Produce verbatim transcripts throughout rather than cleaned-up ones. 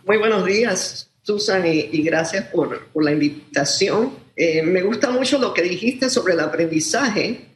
Muy buenos días, Susan, y, y gracias por, por la invitación. Eh, me gusta mucho lo que dijiste sobre el aprendizaje,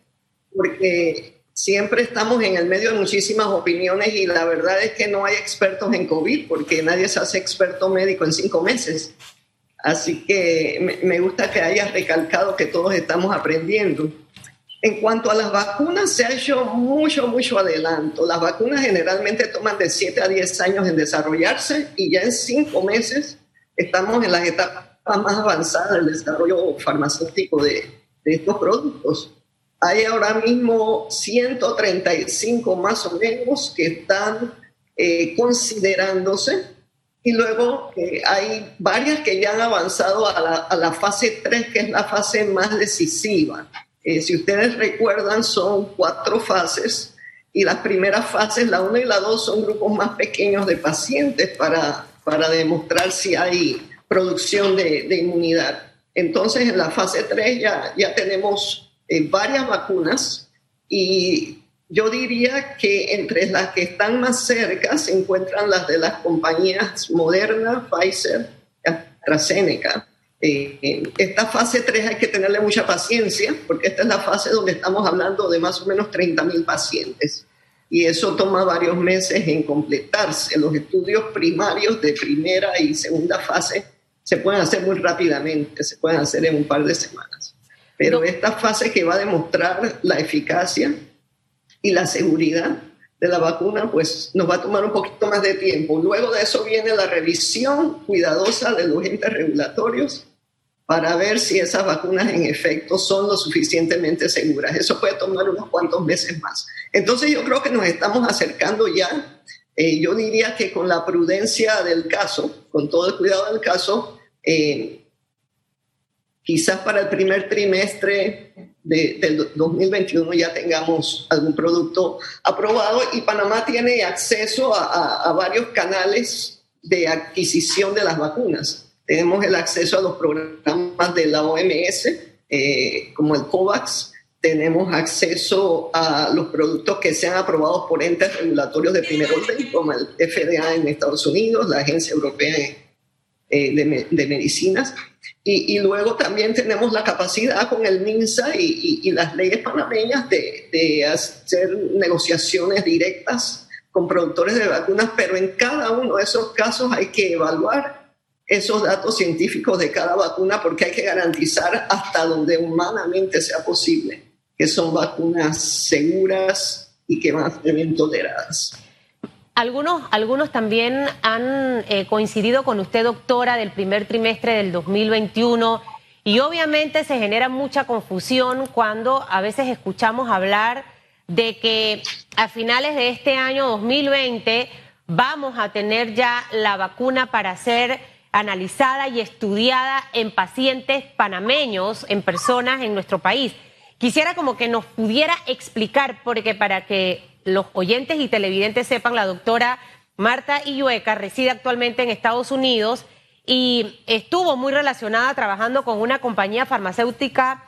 porque siempre estamos en el medio de muchísimas opiniones y la verdad es que no hay expertos en COVID, porque nadie se hace experto médico en cinco meses. Así que me, me gusta que hayas recalcado que todos estamos aprendiendo. En cuanto a las vacunas, se ha hecho mucho, mucho adelanto. Las vacunas generalmente toman de siete a diez años en desarrollarse y ya en cinco meses estamos en las etapas más avanzadas del desarrollo farmacéutico de, de estos productos. Hay ahora mismo ciento treinta y cinco más o menos que están eh, considerándose y luego eh, hay varias que ya han avanzado a la, a la fase tres, que es la fase más decisiva. Eh, si ustedes recuerdan, son cuatro fases y las primeras fases, la uno y la dos, son grupos más pequeños de pacientes para, para demostrar si hay producción de, de inmunidad. Entonces, en la fase tres ya, ya tenemos eh, varias vacunas y yo diría que entre las que están más cerca se encuentran las de las compañías Moderna, Pfizer, AstraZeneca. Eh, esta fase tres hay que tenerle mucha paciencia porque esta es la fase donde estamos hablando de más o menos treinta mil pacientes y eso toma varios meses en completarse. Los estudios primarios de primera y segunda fase se pueden hacer muy rápidamente, se pueden hacer en un par de semanas, pero esta fase que va a demostrar la eficacia y la seguridad de la vacuna, pues nos va a tomar un poquito más de tiempo. Luego de eso viene la revisión cuidadosa de los entes regulatorios para ver si esas vacunas en efecto son lo suficientemente seguras. Eso puede tomar unos cuantos meses más. Entonces yo creo que nos estamos acercando ya, eh, yo diría que con la prudencia del caso, con todo el cuidado del caso, eh, quizás para el primer trimestre de, del dos mil veintiuno ya tengamos algún producto aprobado y Panamá tiene acceso a, a, a varios canales de adquisición de las vacunas. Tenemos el acceso a los programas de la O M S, eh, como el COVAX. Tenemos acceso a los productos que sean aprobados por entes regulatorios de primer orden, como el F D A en Estados Unidos, la Agencia Europea eh, de, de Medicinas. Y, y luego también tenemos la capacidad con el MINSA y, y, y las leyes panameñas de, de hacer negociaciones directas con productores de vacunas, pero en cada uno de esos casos hay que evaluar esos datos científicos de cada vacuna porque hay que garantizar hasta donde humanamente sea posible que son vacunas seguras y que van a ser bien toleradas. Algunos, algunos también han eh, coincidido con usted, doctora, del primer trimestre del dos mil veintiuno y obviamente se genera mucha confusión cuando a veces escuchamos hablar de que a finales de este año dos mil veinte vamos a tener ya la vacuna para ser analizada y estudiada en pacientes panameños, en personas en nuestro país. Quisiera como que nos pudiera explicar, porque para que los oyentes y televidentes sepan, la doctora Marta Illueca reside actualmente en Estados Unidos y estuvo muy relacionada trabajando con una compañía farmacéutica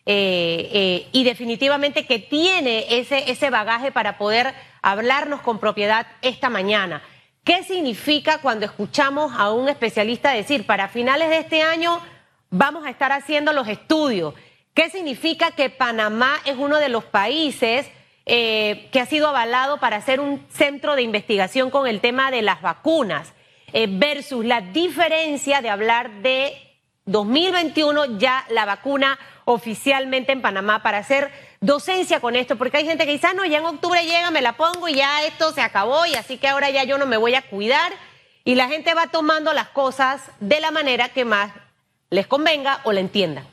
eh, eh, y definitivamente que tiene ese, ese bagaje para poder hablarnos con propiedad esta mañana. ¿Qué significa cuando escuchamos a un especialista decir, para finales de este año vamos a estar haciendo los estudios? ¿Qué significa que Panamá es uno de los países eh, que ha sido avalado para ser un centro de investigación con el tema de las vacunas? Eh, versus la diferencia de hablar de dos mil veintiuno, ya la vacuna oficialmente en Panamá, para hacer docencia con esto, porque hay gente que dice, ah, no, ya en octubre llega, me la pongo y ya esto se acabó y así que ahora ya yo no me voy a cuidar, y la gente va tomando las cosas de la manera que más les convenga o la entiendan.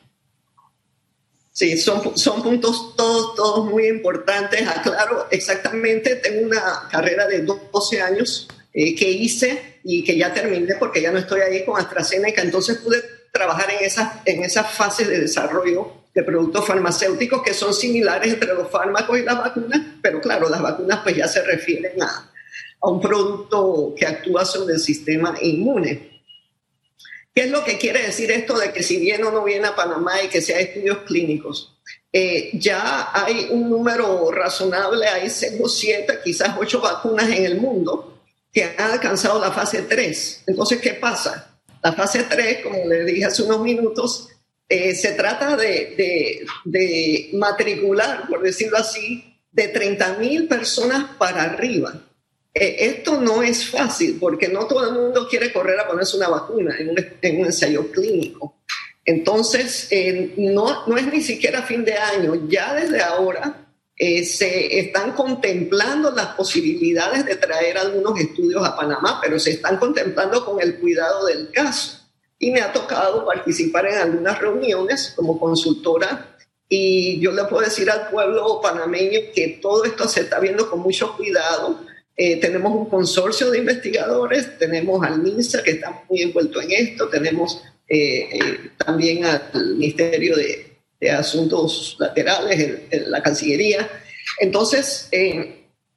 Sí, son, son puntos todos, todos muy importantes. Aclaro, exactamente, tengo una carrera de doce años eh, que hice y que ya terminé porque ya no estoy ahí con AstraZeneca, entonces pude trabajar en esas, en esas fases de desarrollo de productos farmacéuticos que son similares entre los fármacos y las vacunas, pero claro, las vacunas pues ya se refieren a, a un producto que actúa sobre el sistema inmune. ¿Qué es lo que quiere decir esto de que si viene o no viene a Panamá y que sea estudios clínicos? Eh, ya hay un número razonable, hay seis o siete, quizás ocho vacunas en el mundo que han alcanzado la fase tres. Entonces, ¿qué pasa? La fase tres, como le dije hace unos minutos, eh, se trata de, de, de matricular, por decirlo así, de treinta mil personas para arriba. Eh, esto no es fácil porque no todo el mundo quiere correr a ponerse una vacuna en un, en un ensayo clínico. Entonces, eh, no, no es ni siquiera fin de año. Ya desde ahora eh, se están contemplando las posibilidades de traer algunos estudios a Panamá, pero se están contemplando con el cuidado del caso. Y me ha tocado participar en algunas reuniones como consultora y yo le puedo decir al pueblo panameño que todo esto se está viendo con mucho cuidado. Eh, tenemos un consorcio de investigadores, tenemos al MINSA que está muy envuelto en esto, tenemos eh, eh, también al Ministerio de, de Asuntos Laterales, el, el, la Cancillería. Entonces, eh,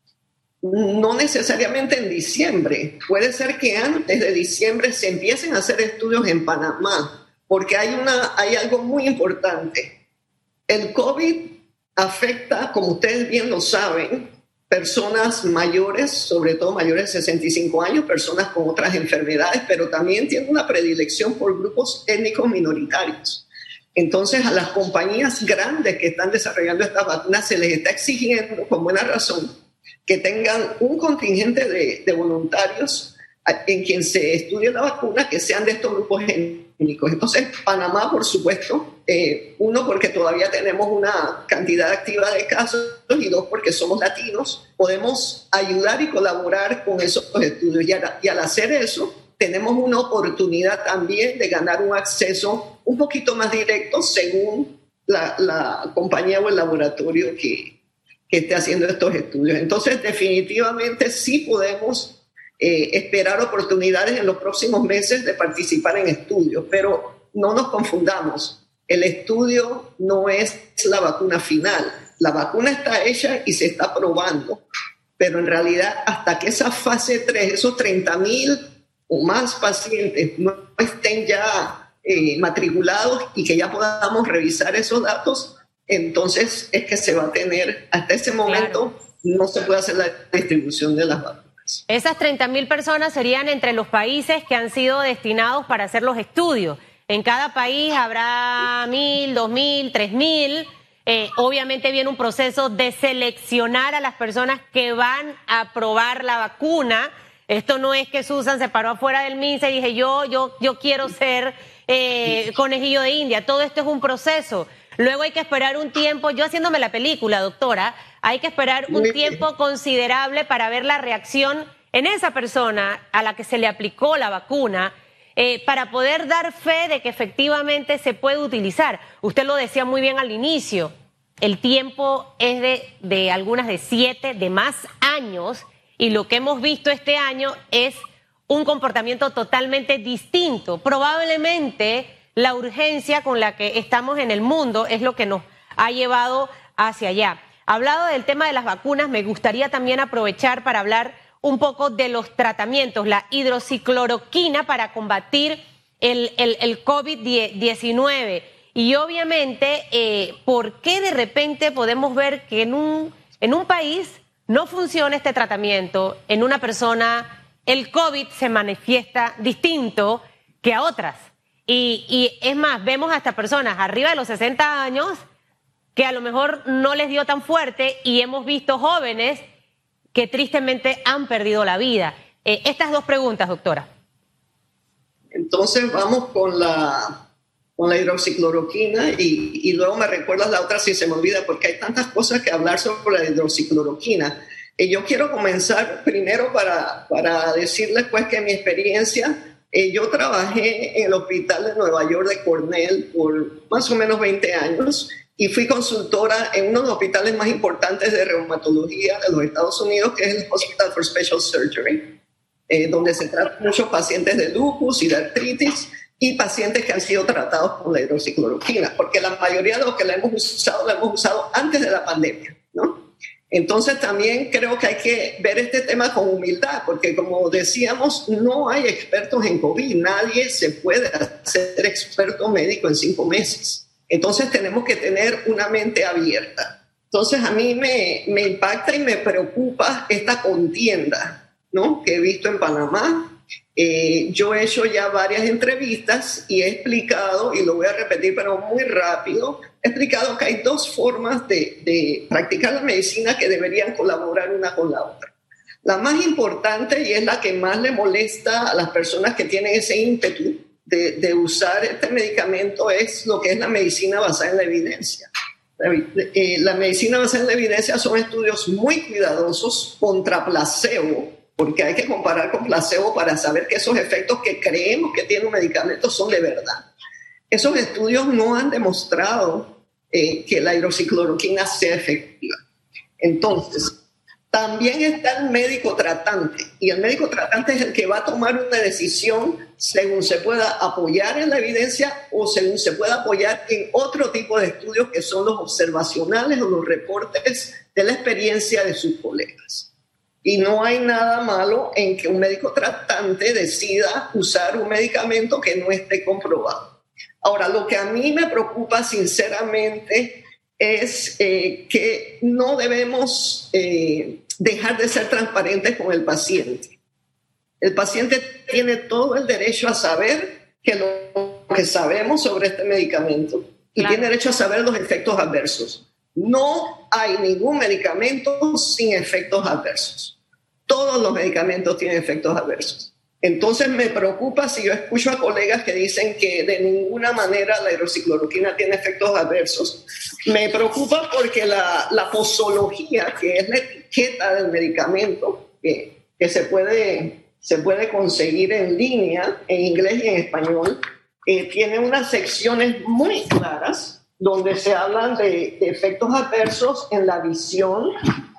no necesariamente en diciembre, puede ser que antes de diciembre se empiecen a hacer estudios en Panamá, porque hay, una, hay algo muy importante. El COVID afecta, como ustedes bien lo saben, personas mayores, sobre todo mayores de sesenta y cinco años, personas con otras enfermedades, pero también tiene una predilección por grupos étnicos minoritarios. Entonces, a las compañías grandes que están desarrollando estas vacunas se les está exigiendo, con buena razón, que tengan un contingente de, de voluntarios en quien se estudie la vacuna, que sean de estos grupos étnicos. Entonces, Panamá, por supuesto, eh, uno, porque todavía tenemos una cantidad activa de casos, y dos, porque somos latinos, podemos ayudar y colaborar con esos estudios. Y al, y al hacer eso, tenemos una oportunidad también de ganar un acceso un poquito más directo según la, la compañía o el laboratorio que que esté haciendo estos estudios. Entonces, definitivamente sí podemos eh, esperar oportunidades en los próximos meses de participar en estudios, pero no nos confundamos. El estudio no es la vacuna final. La vacuna está hecha y se está probando, pero en realidad hasta que esa fase tres, esos treinta mil o más pacientes no estén ya eh, matriculados y que ya podamos revisar esos datos, entonces es que se va a tener, hasta ese momento, claro, no se puede hacer la distribución de las vacunas. Esas treinta mil personas serían entre los países que han sido destinados para hacer los estudios. En cada país habrá mil, dos mil, tres mil. Eh, obviamente viene un proceso de seleccionar a las personas que van a probar la vacuna. Esto no es que Susan se paró afuera del MINSA y dije yo, yo, yo quiero ser eh, conejillo de India. Todo esto es un proceso. Luego hay que esperar un tiempo, yo haciéndome la película, doctora, hay que esperar un tiempo considerable para ver la reacción en esa persona a la que se le aplicó la vacuna, eh, para poder dar fe de que efectivamente se puede utilizar. Usted lo decía muy bien al inicio, el tiempo es de, de algunas de siete, de más años, y lo que hemos visto este año es un comportamiento totalmente distinto. Probablemente la urgencia con la que estamos en el mundo es lo que nos ha llevado hacia allá. Hablado del tema de las vacunas, me gustaría también aprovechar para hablar un poco de los tratamientos, la hidroxicloroquina para combatir el, el, el COVID diecinueve. Y obviamente, eh, ¿por qué de repente podemos ver que en un, en un país no funciona este tratamiento, en una persona el COVID se manifiesta distinto que a otras? Y, y es más, vemos hasta personas arriba de los sesenta años que a lo mejor no les dio tan fuerte y hemos visto jóvenes que tristemente han perdido la vida. Eh, estas dos preguntas, doctora. Entonces vamos con la, con la hidroxicloroquina y, y luego me recuerdas la otra si se me olvida porque hay tantas cosas que hablar sobre la hidroxicloroquina. Eh, yo quiero comenzar primero para, para decirles pues que mi experiencia... Eh, yo trabajé en el hospital de Nueva York de Cornell por más o menos veinte años y fui consultora en uno de los hospitales más importantes de reumatología de los Estados Unidos, que es el Hospital for Special Surgery, eh, donde se tratan muchos pacientes de lupus y de artritis y pacientes que han sido tratados con la hidroxicloroquina, porque la mayoría de los que la hemos usado, la hemos usado antes de la pandemia, ¿no? Entonces también creo que hay que ver este tema con humildad, porque como decíamos, no hay expertos en COVID, nadie se puede hacer experto médico en cinco meses. Entonces tenemos que tener una mente abierta. Entonces a mí me, me impacta y me preocupa esta contienda, ¿no?, que he visto en Panamá. Eh, yo he hecho ya varias entrevistas y he explicado, y lo voy a repetir pero muy rápido, he explicado que hay dos formas de, de practicar la medicina que deberían colaborar una con la otra. La más importante, y es la que más le molesta a las personas que tienen ese ímpetu de, de usar este medicamento, es lo que es la medicina basada en la evidencia. La, eh, la medicina basada en la evidencia son estudios muy cuidadosos contra placebo, porque hay que comparar con placebo para saber que esos efectos que creemos que tiene un medicamento son de verdad. Esos estudios no han demostrado eh, que la hidroxicloroquina sea efectiva. Entonces, también está el médico tratante, y el médico tratante es el que va a tomar una decisión según se pueda apoyar en la evidencia o según se pueda apoyar en otro tipo de estudios que son los observacionales o los reportes de la experiencia de sus colegas. Y no hay nada malo en que un médico tratante decida usar un medicamento que no esté comprobado. Ahora, lo que a mí me preocupa sinceramente es eh, que no debemos eh, dejar de ser transparentes con el paciente. El paciente tiene todo el derecho a saber que lo que sabemos sobre este medicamento y claro, tiene derecho a saber los efectos adversos. No hay ningún medicamento sin efectos adversos. Todos los medicamentos tienen efectos adversos. Entonces me preocupa si yo escucho a colegas que dicen que de ninguna manera la hidroxicloroquina tiene efectos adversos. Me preocupa porque la, la posología, que es la etiqueta del medicamento, que, que se, puede, se puede conseguir en línea, en inglés y en español, eh, tiene unas secciones muy claras donde se hablan de, de efectos adversos en la visión,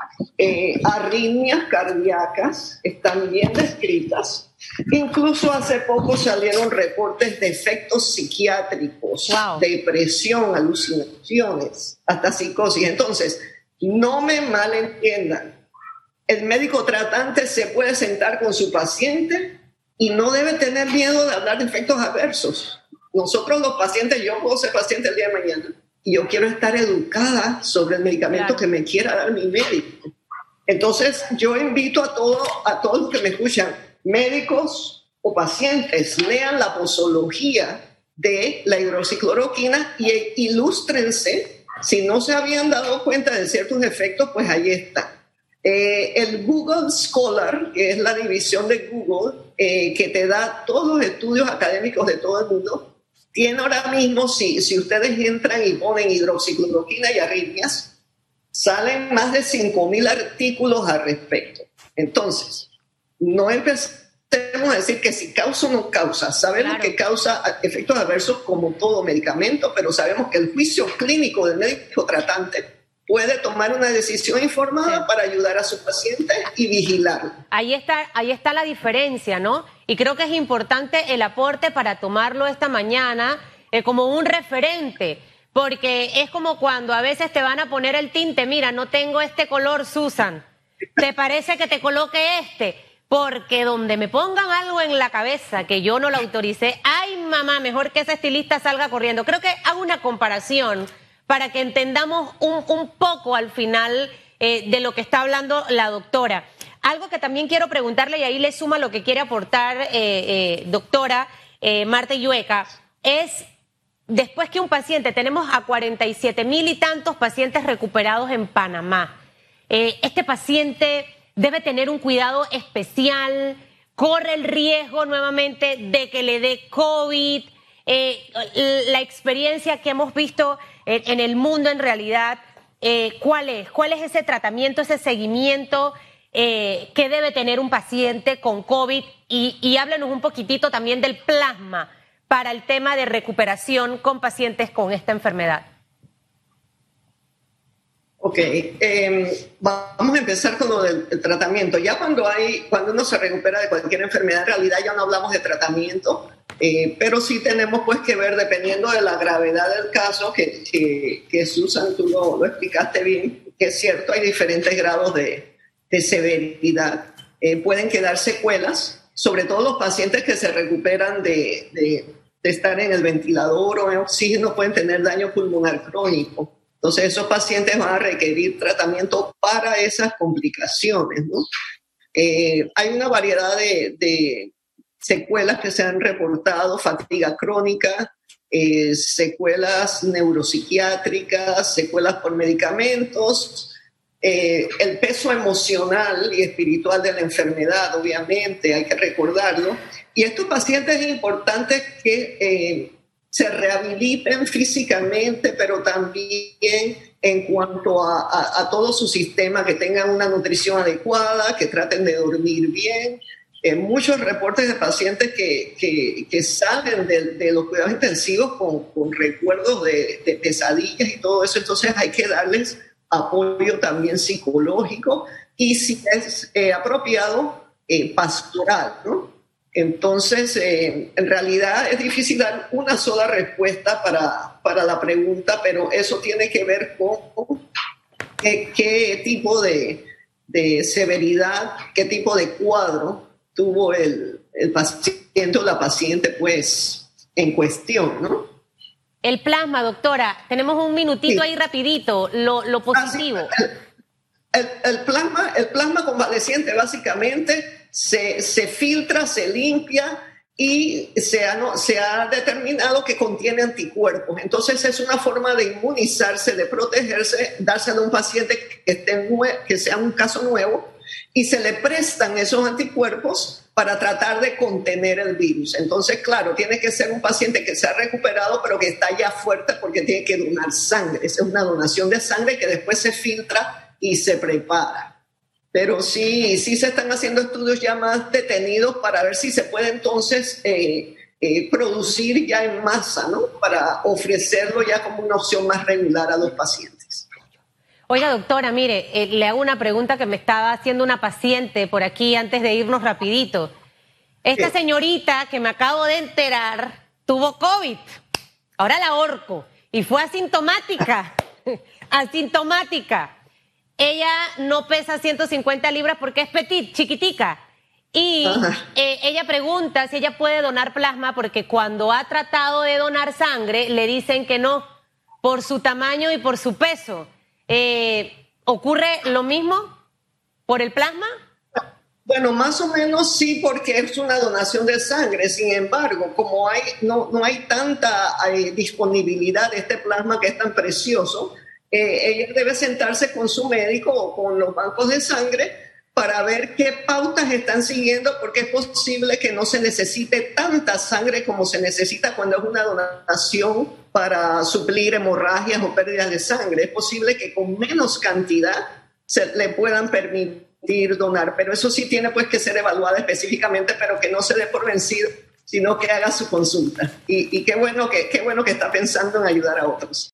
eh, arritmias cardíacas, están bien descritas. Incluso hace poco salieron reportes de efectos psiquiátricos, wow, depresión, alucinaciones, hasta psicosis. Entonces, no me malentiendan. El médico tratante se puede sentar con su paciente y no debe tener miedo de hablar de efectos adversos. Nosotros los pacientes, yo puedo ser paciente el día de mañana y yo quiero estar educada sobre el medicamento, claro, que me quiera dar mi médico. Entonces, yo invito a, todo, a todos los que me escuchan, médicos o pacientes, lean la posología de la hidroxicloroquina y ilústrense. Si no se habían dado cuenta de ciertos efectos, pues ahí está. Eh, el Google Scholar, que es la división de Google, eh, que te da todos los estudios académicos de todo el mundo, tiene ahora mismo, si, si ustedes entran y ponen hidroxicloroquina y arritmias, salen más de cinco mil artículos al respecto. Entonces, no empecemos a decir que si causa o no causa. Sabemos, claro, que causa efectos adversos como todo medicamento, pero sabemos que el juicio clínico del médico tratante puede tomar una decisión informada, sí, para ayudar a su paciente y vigilarlo. Ahí está, ahí está la diferencia, ¿no? Y creo que es importante el aporte para tomarlo esta mañana eh, como un referente, porque es como cuando a veces te van a poner el tinte, mira, no tengo este color, Susan, ¿te parece que te coloque este? Porque donde me pongan algo en la cabeza que yo no lo autoricé, ay mamá, mejor que ese estilista salga corriendo. Creo que hago una comparación para que entendamos un, un poco al final eh, de lo que está hablando la doctora. Algo que también quiero preguntarle, y ahí le suma lo que quiere aportar eh, eh, doctora eh, Marta Illueca, es después que un paciente, tenemos a cuarenta y siete mil y tantos pacientes recuperados en Panamá, eh, este paciente debe tener un cuidado especial, corre el riesgo nuevamente de que le dé COVID, eh, la experiencia que hemos visto en, en el mundo en realidad, eh, ¿cuál es? ¿Cuál es ese tratamiento, ese seguimiento eh, que debe tener un paciente con COVID? Y, y háblenos un poquitito también del plasma para el tema de recuperación con pacientes con esta enfermedad. Ok, eh, vamos a empezar con lo del tratamiento. Ya cuando, hay, cuando uno se recupera de cualquier enfermedad, en realidad ya no hablamos de tratamiento, eh, pero sí tenemos pues que ver, dependiendo de la gravedad del caso, que, que, que Susan, tú lo, lo explicaste bien, que es cierto, hay diferentes grados de, de severidad. Eh, pueden quedar secuelas, sobre todo los pacientes que se recuperan de, de, de estar en el ventilador o en oxígeno pueden tener daño pulmonar crónico. Entonces, esos pacientes van a requerir tratamiento para esas complicaciones, ¿no? Eh, hay una variedad de, de secuelas que se han reportado, fatiga crónica, eh, secuelas neuropsiquiátricas, secuelas por medicamentos, eh, el peso emocional y espiritual de la enfermedad, obviamente, hay que recordarlo. Y estos pacientes es importante que eh, se rehabiliten físicamente, pero también en cuanto a, a, a todo su sistema, que tengan una nutrición adecuada, que traten de dormir bien. Eh, muchos reportes de pacientes que, que, que salen de, de los cuidados intensivos con, con recuerdos de, de pesadillas y todo eso, entonces hay que darles apoyo también psicológico y, si es eh, apropiado, eh, pastoral, ¿no? Entonces, eh, en realidad es difícil dar una sola respuesta para, para la pregunta, pero eso tiene que ver con qué, qué tipo de, de severidad, qué tipo de cuadro tuvo el, el paciente o la paciente, pues, en cuestión, ¿no? El plasma, doctora, tenemos un minutito sí. ahí rapidito, lo, lo positivo. Ah, sí. el, el, el, plasma, el plasma convaleciente básicamente se, se filtra, se limpia y se ha, no, se ha determinado que contiene anticuerpos. Entonces es una forma de inmunizarse, de protegerse, dárselo a un paciente que, esté nue- que sea un caso nuevo y se le prestan esos anticuerpos para tratar de contener el virus. Entonces, claro, tiene que ser un paciente que se ha recuperado, pero que está ya fuerte porque tiene que donar sangre. Esa es una donación de sangre que después se filtra y se prepara. Pero sí, sí se están haciendo estudios ya más detenidos para ver si se puede entonces eh, eh, producir ya en masa, ¿no? Para ofrecerlo ya como una opción más regular a los pacientes. Oiga, doctora, mire, eh, le hago una pregunta que me estaba haciendo una paciente por aquí antes de irnos rapidito. Esta ¿Qué? señorita que me acabo de enterar tuvo COVID. Ahora la ahorco. Y fue asintomática. Asintomática. Ella no pesa ciento cincuenta libras porque es petit, chiquitica. Y eh, ella pregunta si ella puede donar plasma porque cuando ha tratado de donar sangre le dicen que no, por su tamaño y por su peso. Eh, ¿Ocurre lo mismo por el plasma? Bueno, más o menos sí, porque es una donación de sangre. Sin embargo, como hay, no, no hay tanta hay disponibilidad de este plasma que es tan precioso, Eh, ella debe sentarse con su médico o con los bancos de sangre para ver qué pautas están siguiendo, porque es posible que no se necesite tanta sangre como se necesita cuando es una donación para suplir hemorragias o pérdidas de sangre. Es posible que con menos cantidad se le puedan permitir donar, pero eso sí tiene pues que ser evaluado específicamente, pero que no se dé por vencido, sino que haga su consulta. Y, y qué bueno que, qué bueno que está pensando en ayudar a otros.